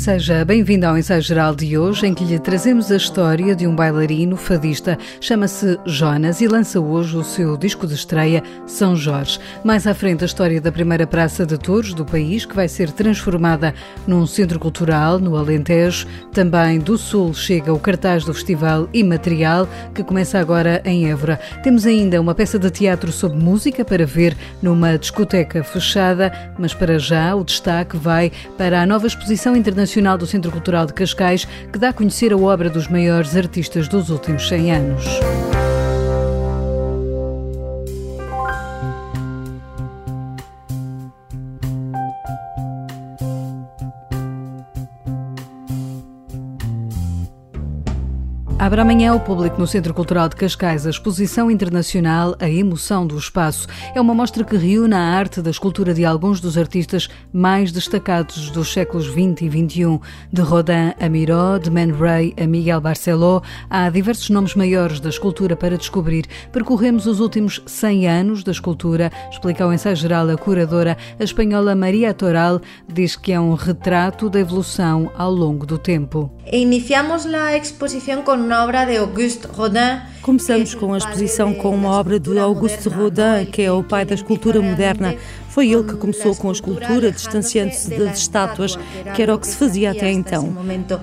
Seja bem-vindo ao Ensaio Geral de hoje, em que lhe trazemos a história de um bailarino fadista. Chama-se Jonas e lança hoje o seu disco de estreia, São Jorge. Mais à frente, a história da primeira praça de touros do país, que vai ser transformada num centro cultural no Alentejo. Também do Sul chega o cartaz do Festival Imaterial, que começa agora em Évora. Temos ainda uma peça de teatro sobre música para ver numa discoteca fechada, mas para já o destaque vai para a nova exposição internacional do Centro Cultural de Cascais, que dá a conhecer a obra dos maiores artistas dos últimos 100 anos. Abre amanhã ao público no Centro Cultural de Cascais a exposição internacional A Emoção do Espaço. É uma mostra que reúne a arte da escultura de alguns dos artistas mais destacados dos séculos XX e XXI. De Rodin a Miró, de Man Ray a Miguel Barceló, há diversos nomes maiores da escultura para descobrir. Percorremos os últimos 100 anos da escultura, explica ao Ensaio Geral a curadora, a espanhola Maria Toral, diz que é um retrato da evolução ao longo do tempo. Iniciamos a exposição com uma obra de Auguste Rodin. Começamos com a exposição com uma obra de Auguste Rodin, que é o pai da escultura moderna. Foi ele que começou com a escultura, distanciando-se das estátuas, que era o que se fazia até então.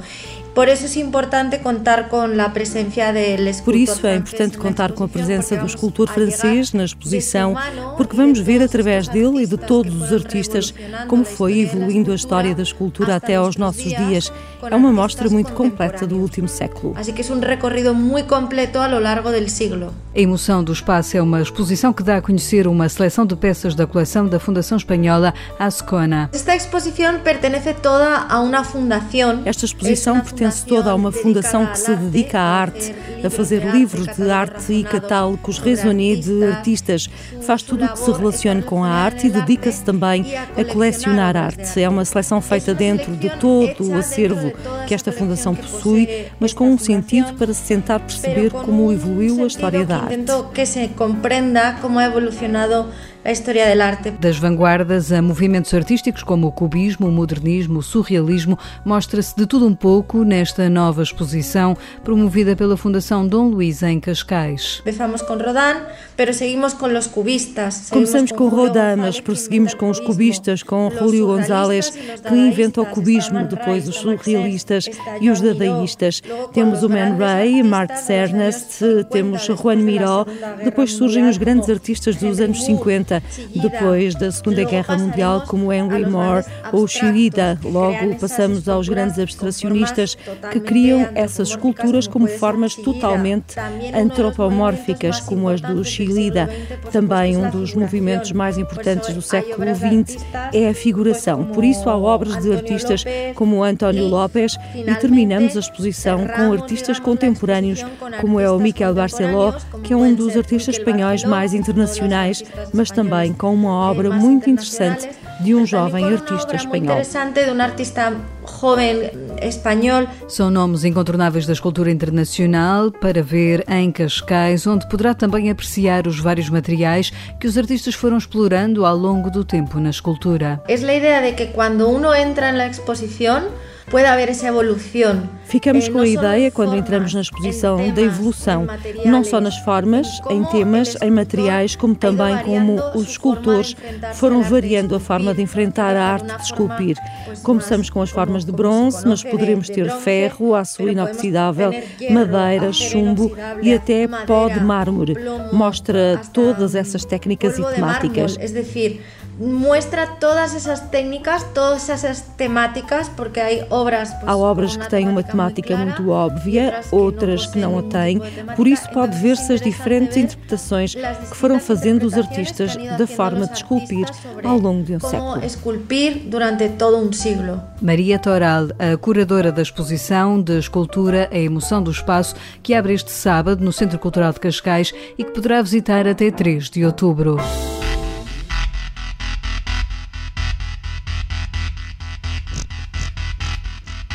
Por isso é importante contar com a presença do escultor. Por isso é importante contar com a presença do escultor francês na exposição, porque vamos ver através dele e de todos os artistas como foi evoluindo a história da escultura até aos nossos dias. É uma mostra muito completa do último século. Assim que é um recorrido muito completo ao longo do século. A Emoção do Espaço é uma exposição que dá a conhecer uma seleção de peças da coleção da Fundação Espanhola Azcona. Esta exposição pertence toda a uma fundação. Esta exposição pertence toda a uma fundação que se dedica à arte, a fazer livros de arte e catálogos raisonnés de artistas. Faz tudo o que se relaciona com a arte e dedica-se também a colecionar arte. É uma seleção feita dentro de todo o acervo que esta fundação possui, mas com um sentido para se tentar perceber como evoluiu a história da arte. Que se compreenda como ha evolucionado a história da arte. Das vanguardas a movimentos artísticos como o cubismo, o modernismo, o surrealismo, mostra-se de tudo um pouco nesta nova exposição promovida pela Fundação Dom Luís em Cascais. Começamos com Rodin, mas seguimos com os cubistas. Começamos com Rodin, mas prosseguimos com os cubistas, com Julio González, que inventa o cubismo, depois os surrealistas e os dadaístas. Temos o Man Ray, Marthe Ernest, temos Juan Miró, depois surgem os grandes artistas dos anos 50, depois da Segunda Guerra Mundial, como Henry Moore ou Chillida. Logo passamos aos grandes abstracionistas que criam essas esculturas como formas totalmente antropomórficas, como as do Chillida. Também um dos movimentos mais importantes do século XX é a figuração. Por isso há obras de artistas como António López e terminamos a exposição com artistas contemporâneos como é o Miguel Barceló, que é um dos artistas espanhóis mais internacionais, mas também com uma obra muito interessante de um jovem artista espanhol. São nomes incontornáveis da escultura internacional para ver em Cascais, onde poderá também apreciar os vários materiais que os artistas foram explorando ao longo do tempo na escultura. É a ideia de que quando uno entra na exposição pode haver essa evolução. Ficamos com a ideia, quando entramos na exposição, da evolução, não só nas formas, em temas, em materiais, como também como os escultores foram variando a forma de enfrentar a arte de esculpir. Começamos com as formas de bronze, mas poderemos ter ferro, aço inoxidável, madeira, chumbo e até pó de mármore. Mostra todas essas técnicas e temáticas. Mostra todas essas técnicas, todas essas temáticas, porque há obras que têm uma temática muito óbvia, outras que não a têm, por isso pode ver-se as diferentes interpretações que foram fazendo os artistas da forma de esculpir ao longo de um século. Esculpir durante todo um século. Maria Toral, a curadora da exposição de escultura A Emoção do Espaço, que abre este sábado no Centro Cultural de Cascais e que poderá visitar até 3 de outubro.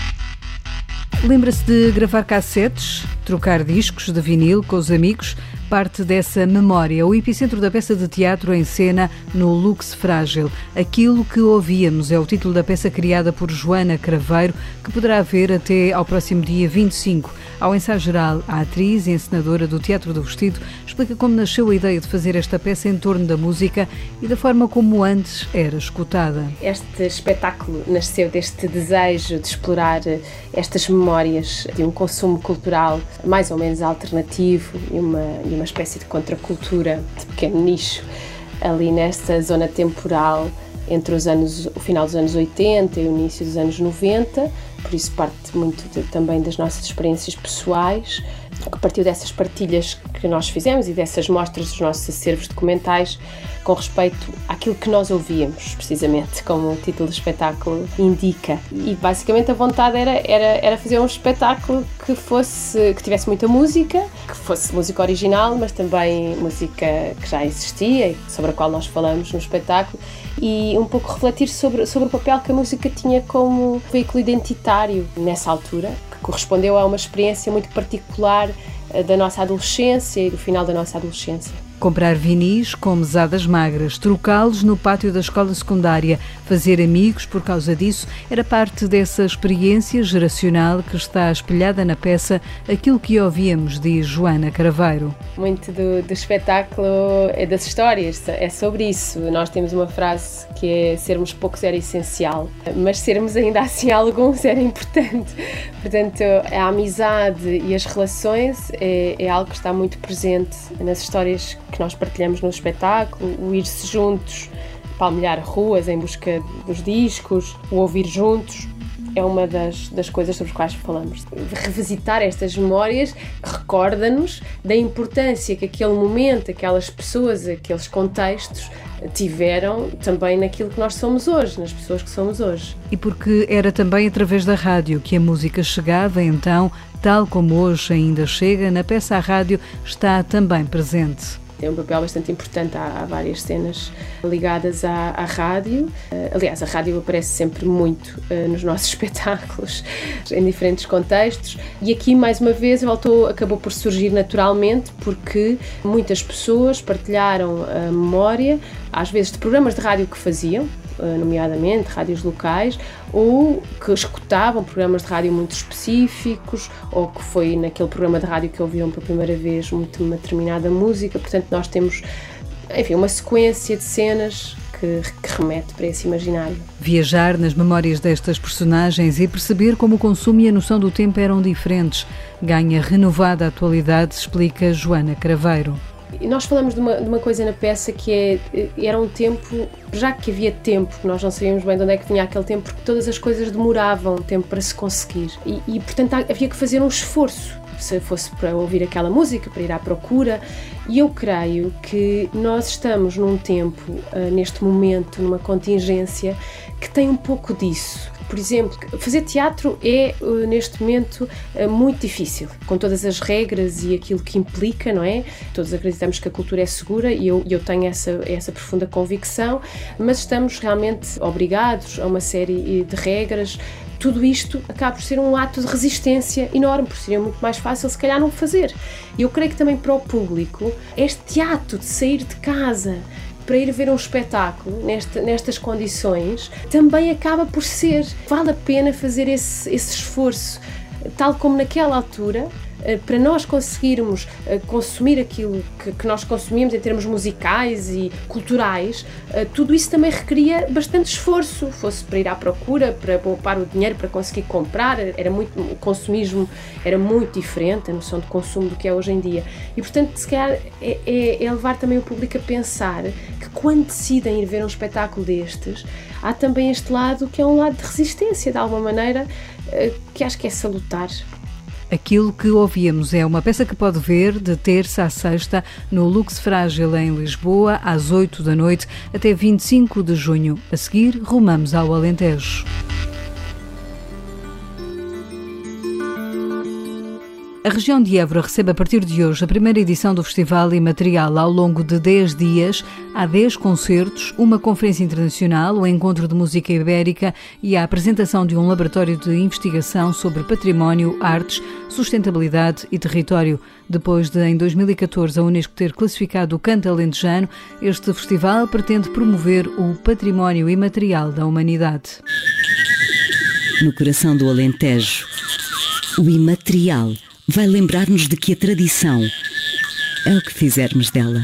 Lembra-se de gravar cassetes, trocar discos de vinil com os amigos? parte dessa memória, o epicentro da peça de teatro em cena no Lux Frágil. Aquilo que ouvíamos é o título da peça criada por Joana Craveiro, que poderá ver até ao próximo dia 25. Ao ensaio geral, a atriz e encenadora do Teatro do Vestido explica como nasceu a ideia de fazer esta peça em torno da música e da forma como antes era escutada. Este espetáculo nasceu deste desejo de explorar estas memórias de um consumo cultural mais ou menos alternativo e uma espécie de contracultura de pequeno nicho ali nesta zona temporal entre o final dos anos 80 e o início dos anos 90, por isso parte muito também das nossas experiências pessoais, que partiu dessas partilhas que nós fizemos e dessas mostras dos nossos acervos documentais com respeito àquilo que nós ouvíamos, precisamente, como o título do espetáculo indica. E basicamente a vontade era fazer um espetáculo que tivesse muita música, que fosse música original, mas também música que já existia e sobre a qual nós falamos no espetáculo, e um pouco refletir sobre o papel que a música tinha como veículo identitário nessa altura, que correspondeu a uma experiência muito particular da nossa adolescência e do final da nossa adolescência. Comprar vinis com mesadas magras, trocá-los no pátio da escola secundária, fazer amigos por causa disso, era parte dessa experiência geracional que está espelhada na peça Aquilo que ouvíamos, diz Joana Craveiro. Muito do espetáculo é das histórias, é sobre isso. Nós temos uma frase que é: sermos poucos era essencial, mas sermos ainda assim alguns era importante. Portanto, a amizade e as relações é algo que está muito presente nas histórias que nós partilhamos no espetáculo, o ir-se juntos, palmilhar ruas em busca dos discos, o ouvir juntos, é uma das coisas sobre as quais falamos. Revisitar estas memórias recorda-nos da importância que aquele momento, aquelas pessoas, aqueles contextos tiveram também naquilo que nós somos hoje, nas pessoas que somos hoje. E porque era também através da rádio que a música chegava, então, tal como hoje ainda chega, na peça à rádio está também presente. Tem um papel bastante importante, há várias cenas ligadas à rádio. Aliás, a rádio aparece sempre muito nos nossos espetáculos, em diferentes contextos. E aqui, mais uma vez, acabou por surgir naturalmente, porque muitas pessoas partilharam a memória, às vezes de programas de rádio que faziam, nomeadamente rádios locais, ou que escutavam programas de rádio muito específicos, ou que foi naquele programa de rádio que ouviam pela primeira vez uma determinada música. Portanto, nós temos, enfim, uma sequência de cenas que remete para esse imaginário. Viajar nas memórias destas personagens e perceber como o consumo e a noção do tempo eram diferentes ganha renovada atualidade, explica Joana Craveiro. Nós falamos de uma coisa na peça que era um tempo, já que havia tempo, nós não sabíamos bem de onde é que vinha aquele tempo, porque todas as coisas demoravam tempo para se conseguir e portanto havia que fazer um esforço, se fosse para ouvir aquela música, para ir à procura, e eu creio que nós estamos num tempo, neste momento, numa contingência que tem um pouco disso. Por exemplo, fazer teatro é, neste momento, muito difícil, com todas as regras e aquilo que implica, não é? Todos acreditamos que a cultura é segura e eu tenho essa profunda convicção, mas estamos realmente obrigados a uma série de regras. Tudo isto acaba por ser um ato de resistência enorme, por ser muito mais fácil, se calhar, não fazer. E eu creio que também para o público, este ato de sair de casa para ir ver um espetáculo nestas condições, também acaba por ser. Vale a pena fazer esse esforço, tal como naquela altura, para nós conseguirmos consumir aquilo que nós consumimos em termos musicais e culturais. Tudo isso também requeria bastante esforço, fosse para ir à procura, para poupar o dinheiro para conseguir comprar. O consumismo era muito diferente, a noção de consumo, do que é hoje em dia. E, portanto, se calhar é levar também o público a pensar que quando decidem ir ver um espetáculo destes, há também este lado que é um lado de resistência, de alguma maneira, que acho que é salutar. Aquilo que ouvíamos é uma peça que pode ver de terça a sexta no Lux Frágil em Lisboa, às 8 da noite, até 25 de junho. A seguir, rumamos ao Alentejo. A região de Évora recebe a partir de hoje a primeira edição do Festival Imaterial. Ao longo de 10 dias, há 10 concertos, uma conferência internacional, um encontro de música ibérica e a apresentação de um laboratório de investigação sobre património, artes, sustentabilidade e território. Depois de, em 2014, a Unesco ter classificado o canto alentejano, este festival pretende promover o património imaterial da humanidade. No coração do Alentejo, o imaterial vai lembrar-nos de que a tradição é o que fizermos dela.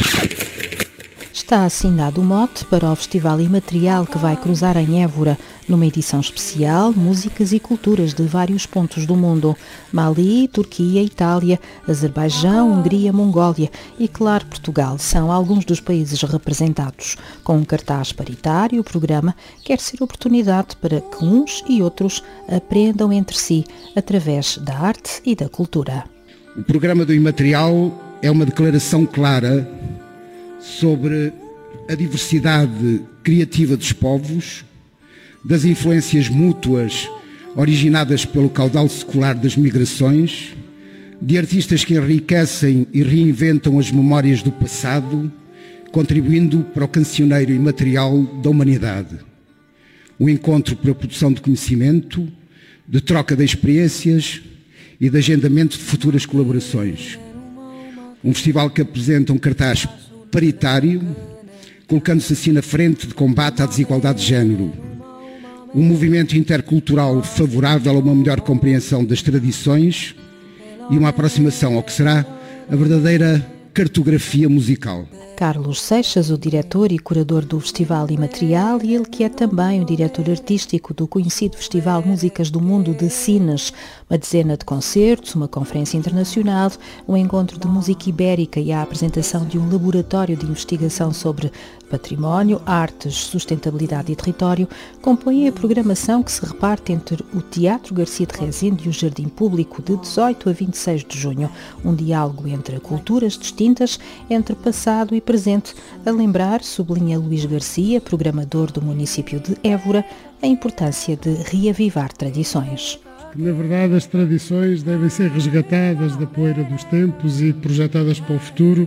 Está assinado o mote para o Festival Imaterial que vai cruzar em Évora, numa edição especial, músicas e culturas de vários pontos do mundo. Mali, Turquia, Itália, Azerbaijão, Hungria, Mongólia e, claro, Portugal são alguns dos países representados. Com um cartaz paritário, o programa quer ser oportunidade para que uns e outros aprendam entre si através da arte e da cultura. O programa do Imaterial é uma declaração clara sobre a diversidade criativa dos povos, das influências mútuas originadas pelo caudal secular das migrações, de artistas que enriquecem e reinventam as memórias do passado, contribuindo para o cancioneiro imaterial da humanidade. Um encontro para a produção de conhecimento, de troca de experiências e de agendamento de futuras colaborações. Um festival que apresenta um cartaz paritário, colocando-se assim na frente de combate à desigualdade de género. Um movimento intercultural favorável a uma melhor compreensão das tradições e uma aproximação ao que será a verdadeira cartografia musical. Carlos Seixas, o diretor e curador do Festival Imaterial, e ele que é também o diretor artístico do conhecido Festival Músicas do Mundo de Sines. Uma dezena de concertos, uma conferência internacional, um encontro de música ibérica e a apresentação de um laboratório de investigação sobre património, artes, sustentabilidade e território compõem a programação que se reparte entre o Teatro Garcia de Rezende e o Jardim Público de 18 a 26 de junho. Um diálogo entre culturas distintas, entre passado e presente, a lembrar, sublinha Luís Garcia, programador do município de Évora, a importância de reavivar tradições. Na verdade, as tradições devem ser resgatadas da poeira dos tempos e projetadas para o futuro,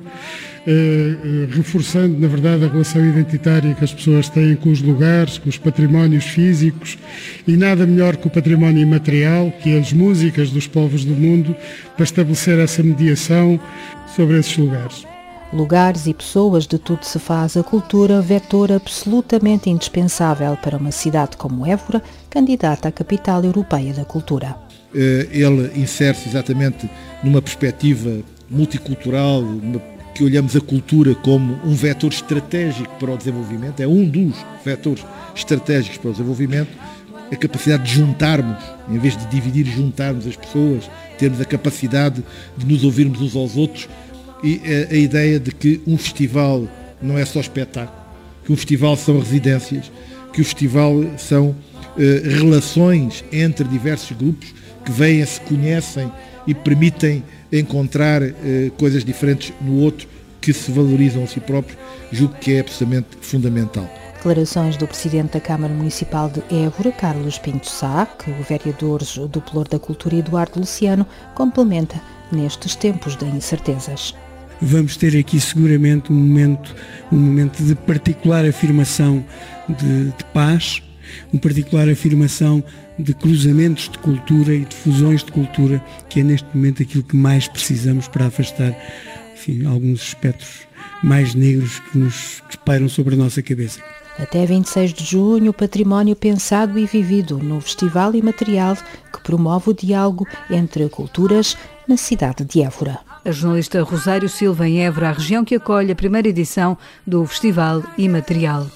reforçando, na verdade, a relação identitária que as pessoas têm com os lugares, com os patrimónios físicos, e nada melhor que o património imaterial, que as músicas dos povos do mundo, para estabelecer essa mediação sobre esses lugares. Lugares e pessoas, de tudo se faz a cultura, vetor absolutamente indispensável para uma cidade como Évora, candidata à capital europeia da cultura. Ele insere-se exatamente numa perspectiva multicultural, que olhamos a cultura como um vetor estratégico para o desenvolvimento, é um dos vetores estratégicos para o desenvolvimento, a capacidade de juntarmos, em vez de dividir, juntarmos as pessoas, termos a capacidade de nos ouvirmos uns aos outros, e a ideia de que um festival não é só espetáculo, que um festival são residências, que o festival são relações entre diversos grupos que vêm, se conhecem e permitem encontrar coisas diferentes no outro, que se valorizam a si próprios, julgo que é absolutamente fundamental. Declarações do Presidente da Câmara Municipal de Évora, Carlos Pinto Sá, que o vereador do Pelour da Cultura, Eduardo Luciano, complementa nestes tempos de incertezas. Vamos ter aqui seguramente um momento de particular afirmação de paz, uma particular afirmação de cruzamentos de cultura e de fusões de cultura, que é neste momento aquilo que mais precisamos para afastar, enfim, alguns espectros mais negros que nos pairam sobre a nossa cabeça. Até 26 de junho, o património pensado e vivido no Festival Imaterial, que promove o diálogo entre culturas na cidade de Évora. A jornalista Rosário Silva em Évora, a região que acolhe a primeira edição do Festival Imaterial.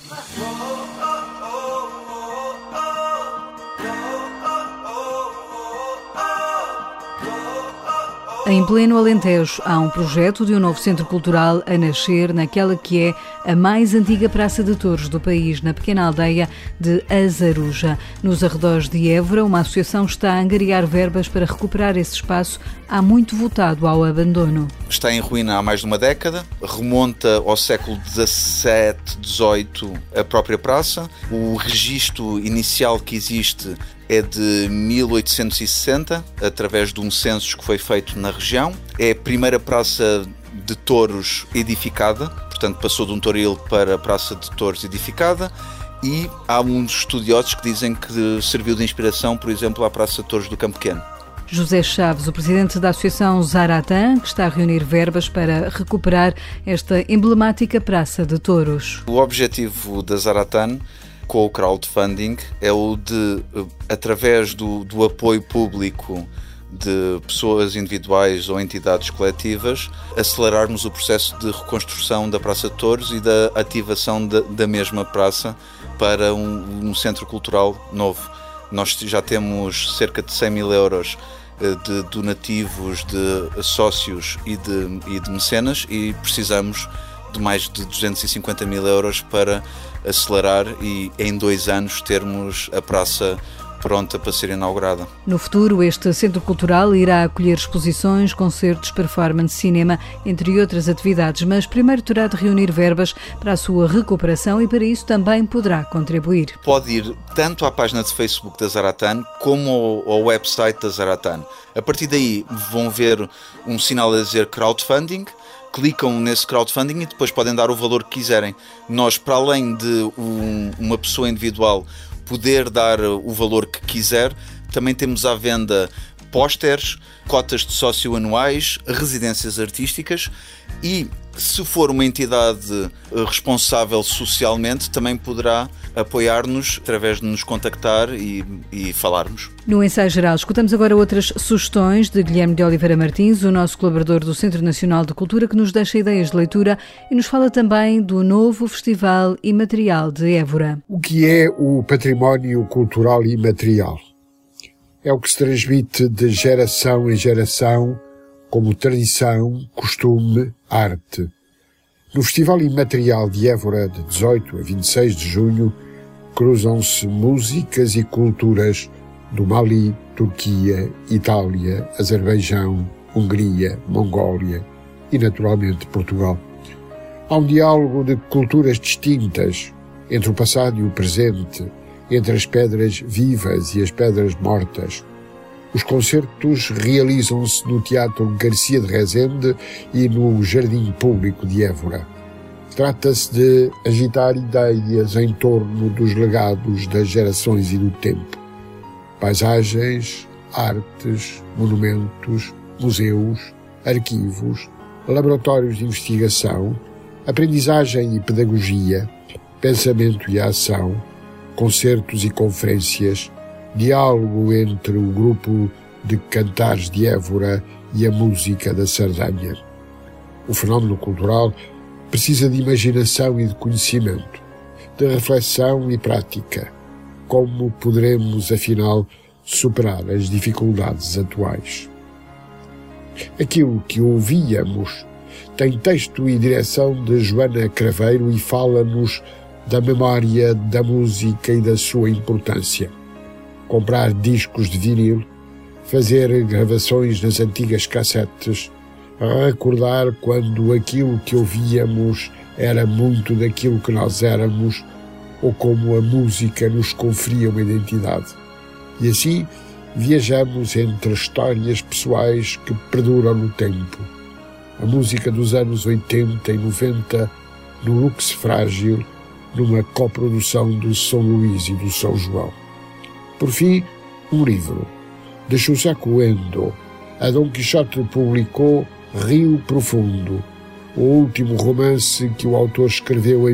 Em pleno Alentejo, há um projeto de um novo centro cultural a nascer naquela que é a mais antiga praça de touros do país, na pequena aldeia de Azaruja. Nos arredores de Évora, uma associação está a angariar verbas para recuperar esse espaço há muito votado ao abandono. Está em ruína há mais de uma década, remonta ao século XVII, XVIII a própria praça. O registro inicial que existe é de 1860, através de um censo que foi feito na região. É a primeira praça de touros edificada, portanto passou de um toril para a praça de touros edificada, e há uns estudiosos que dizem que serviu de inspiração, por exemplo, à Praça de Touros do Campo Pequeno. José Chaves, o presidente da Associação Zaratan, que está a reunir verbas para recuperar esta emblemática Praça de Touros. O objetivo da Zaratan, com o crowdfunding, é o de, através do apoio público de pessoas individuais ou entidades coletivas, acelerarmos o processo de reconstrução da Praça de Touros e da ativação da mesma praça para um centro cultural novo. Nós já temos cerca de 100 mil euros de donativos de sócios e de mecenas, e precisamos de mais de 250 mil euros para acelerar e em 2 anos termos a praça pronta para ser inaugurada. No futuro, este centro cultural irá acolher exposições, concertos, performance, cinema, entre outras atividades, mas primeiro terá de reunir verbas para a sua recuperação e para isso também poderá contribuir. Pode ir tanto à página de Facebook da Zaratan como ao website da Zaratan. A partir daí vão ver um sinal a dizer crowdfunding, clicam nesse crowdfunding e depois podem dar o valor que quiserem. Nós, para além de uma pessoa individual poder dar o valor que quiser, também temos à venda pósteres, cotas de sócio anuais, residências artísticas e, se for uma entidade responsável socialmente, também poderá apoiar-nos através de nos contactar e falarmos. No ensaio geral, escutamos agora outras sugestões de Guilherme de Oliveira Martins, o nosso colaborador do Centro Nacional de Cultura, que nos deixa ideias de leitura e nos fala também do novo Festival Imaterial de Évora. O que é o património cultural imaterial? É o que se transmite de geração em geração como tradição, costume, arte. No Festival Imaterial de Évora, de 18 a 26 de junho, cruzam-se músicas e culturas do Mali, Turquia, Itália, Azerbaijão, Hungria, Mongólia e, naturalmente, Portugal. Há um diálogo de culturas distintas entre o passado e o presente, entre as pedras vivas e as pedras mortas. Os concertos realizam-se no Teatro Garcia de Rezende e no Jardim Público de Évora. Trata-se de agitar ideias em torno dos legados das gerações e do tempo. Paisagens, artes, monumentos, museus, arquivos, laboratórios de investigação, aprendizagem e pedagogia, pensamento e ação, concertos e conferências, diálogo entre o grupo de cantares de Évora e a música da Sardanha. O fenómeno cultural precisa de imaginação e de conhecimento, de reflexão e prática. Como poderemos, afinal, superar as dificuldades atuais? Aquilo que ouvíamos tem texto e direção de Joana Craveiro e fala-nos da memória, da música e da sua importância. Comprar discos de vinil, fazer gravações nas antigas cassetes, recordar quando aquilo que ouvíamos era muito daquilo que nós éramos ou como a música nos conferia uma identidade. E assim viajamos entre histórias pessoais que perduram no tempo. A música dos anos 80 e 90 no Lux Frágil, numa coprodução do São Luís e do São João. Por fim, um livro, de Shusaku Endo. A Dom Quixote publicou Rio Profundo, o último romance que o autor escreveu em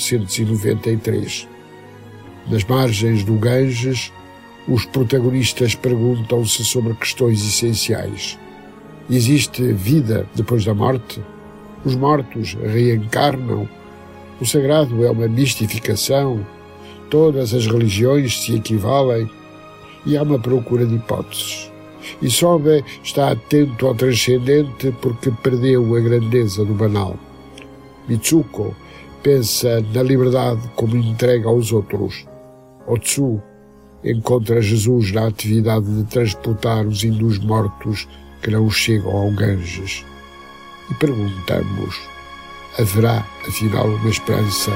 1993. Nas margens do Ganges, os protagonistas perguntam-se sobre questões essenciais. Existe vida depois da morte? Os mortos reencarnam? O sagrado é uma mistificação? Todas as religiões se equivalem? E há uma procura de hipóteses. E Sobe está atento ao transcendente porque perdeu a grandeza do banal. Mitsuko pensa na liberdade como entrega aos outros. Otsu encontra Jesus na atividade de transportar os hindus mortos que não chegam ao Ganges. E perguntamos, haverá afinal uma esperança?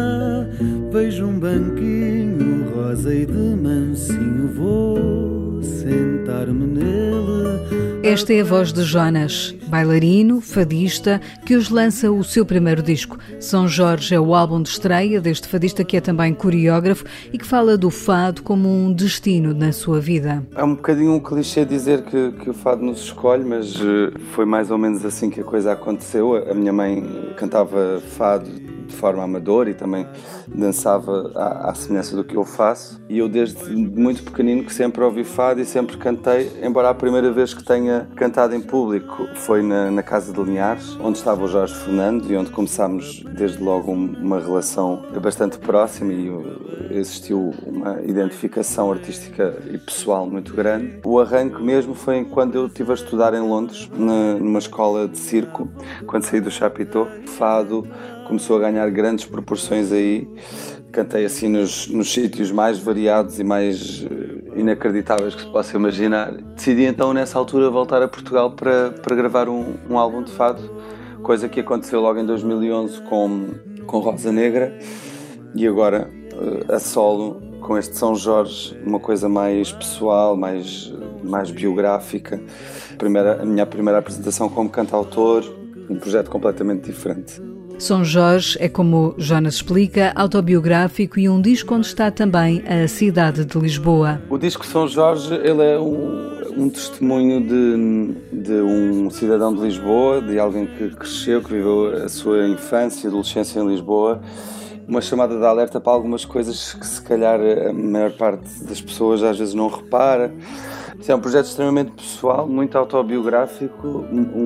vejo um banquinho rosa e de mansinho vou sentar-me nele. Esta é a voz de Jonas, bailarino, fadista, que hoje lança o seu primeiro disco. São Jorge é o álbum de estreia deste fadista que é também coreógrafo e que fala do fado como um destino na sua vida. É um bocadinho um clichê dizer que o fado nos escolhe, mas foi mais ou menos assim que a coisa aconteceu. A minha mãe cantava fado de forma amadora e também dançava à semelhança do que eu faço. E eu desde muito pequenino que sempre ouvi fado e sempre cantei, embora a primeira vez que tenha cantado em público foi na Casa de Linhares, onde estava o Jorge Fernando e onde começámos desde logo uma relação bastante próxima e existiu uma identificação artística e pessoal muito grande. O arranque mesmo foi quando eu estive a estudar em Londres, numa escola de circo, quando saí do Chapitão. Fado começou a ganhar grandes proporções aí. Cantei assim nos sítios mais variados e mais inacreditáveis que se possa imaginar. Decidi então nessa altura voltar a Portugal para gravar um álbum de fado, coisa que aconteceu logo em 2011 com Rosa Negra e agora a solo com este São Jorge, uma coisa mais pessoal, mais biográfica. A minha primeira apresentação como cantautor, um projeto completamente diferente. São Jorge é, como Jonas explica, autobiográfico e um disco onde está também a cidade de Lisboa. O disco São Jorge ele é um testemunho de um cidadão de Lisboa, de alguém que cresceu, que viveu a sua infância e adolescência em Lisboa. Uma chamada de alerta para algumas coisas que se calhar a maior parte das pessoas às vezes não repara. É um projeto extremamente pessoal, muito autobiográfico,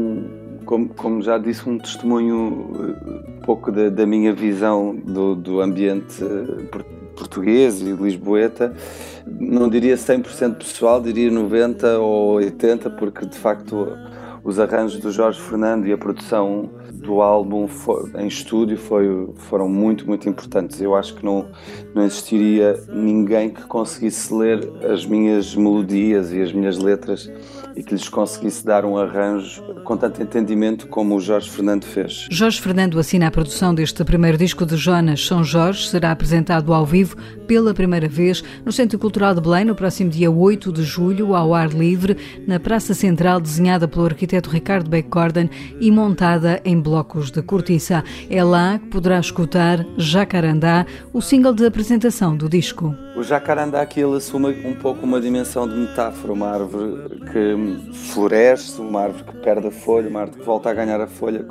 como já disse, um testemunho um pouco da minha visão do ambiente português e lisboeta. Não diria 100% pessoal, diria 90% ou 80%, porque de facto os arranjos do Jorge Fernando e a produção do álbum em estúdio foram muito, muito importantes. Eu acho que não existiria ninguém que conseguisse ler as minhas melodias e as minhas letras e que lhes conseguisse dar um arranjo com tanto entendimento como o Jorge Fernando fez. Jorge Fernando assina a produção deste primeiro disco de Jonas. São Jorge será apresentado ao vivo pela primeira vez no Centro Cultural de Belém no próximo dia 8 de julho, ao ar livre, na Praça Central, desenhada pelo arquiteto Ricardo Beck-Corden e montada em blocos de cortiça. É lá que poderá escutar Jacarandá, o single de apresentação do disco. O Jacarandá aqui ele assume um pouco uma dimensão de metáfora, uma árvore que floresce, uma árvore que perde a folha, uma árvore que volta a ganhar a folha,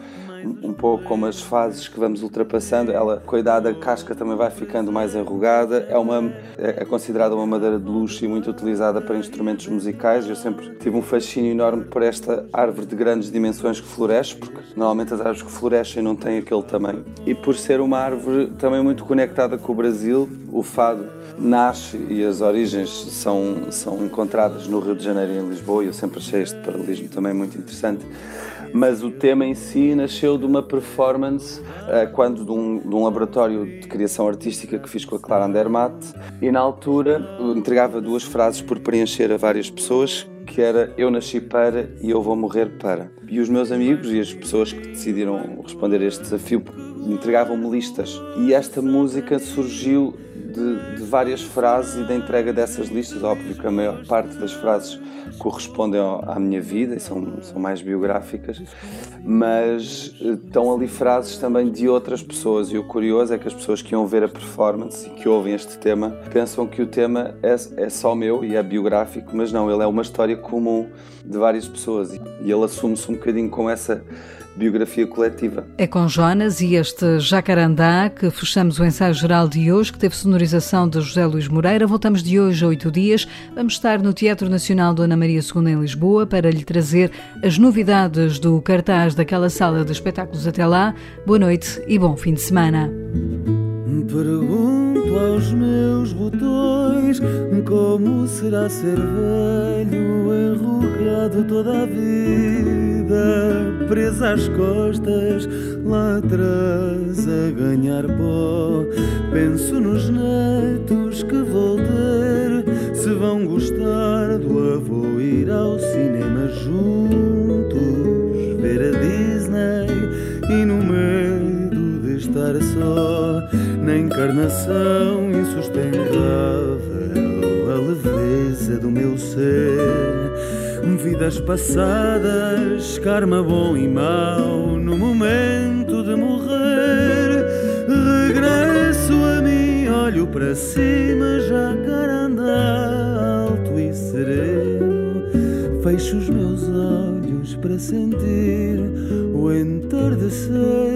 um pouco como as fases que vamos ultrapassando. Ela, com a idade, a casca também vai ficando mais enrugada. É considerada uma madeira de luxo e muito utilizada para instrumentos musicais. Eu sempre tive um fascínio enorme por esta árvore de grandes dimensões que floresce, porque normalmente as árvores que florescem não têm aquele tamanho. E por ser uma árvore também muito conectada com o Brasil, o fado nasce e as origens são encontradas no Rio de Janeiro e em Lisboa. Eu sempre achei este paralelismo também muito interessante. Mas o tema em si nasceu de uma performance de um laboratório de criação artística que fiz com a Clara Andermatt, e na altura entregava 2 frases por preencher a várias pessoas, que era eu nasci para e eu vou morrer para. E os meus amigos e as pessoas que decidiram responder a este desafio entregavam-me listas. E esta música surgiu de várias frases e da entrega dessas listas. Óbvio que a maior parte das frases correspondem à minha vida e são mais biográficas, mas estão ali frases também de outras pessoas, e o curioso é que as pessoas que iam ver a performance e que ouvem este tema pensam que o tema é só meu e é biográfico, mas não, ele é uma história comum de várias pessoas e ele assume-se um bocadinho com essa biografia coletiva. É com Jonas e este Jacarandá que fechamos o ensaio geral de hoje, que teve sonorização de José Luís Moreira. Voltamos de hoje a 8 dias. Vamos estar no Teatro Nacional Dona Maria II em Lisboa para lhe trazer as novidades do cartaz daquela sala de espetáculos. Até lá, boa noite e bom fim de semana. Pergunto aos meus botões como será ser velho, enrugado toda a vida, presa às costas, lá atrás a ganhar pó. Penso nos netos que vou ter, se vão gostar do avô, ir ao cinema juntos, ver a Disney, e no medo de estar só encarnação insustentável, a leveza do meu ser. Vidas passadas, karma bom e mau, no momento de morrer. Regresso a mim, olho para cima, jacarandá, alto e sereno. Fecho os meus olhos para sentir o entardecer.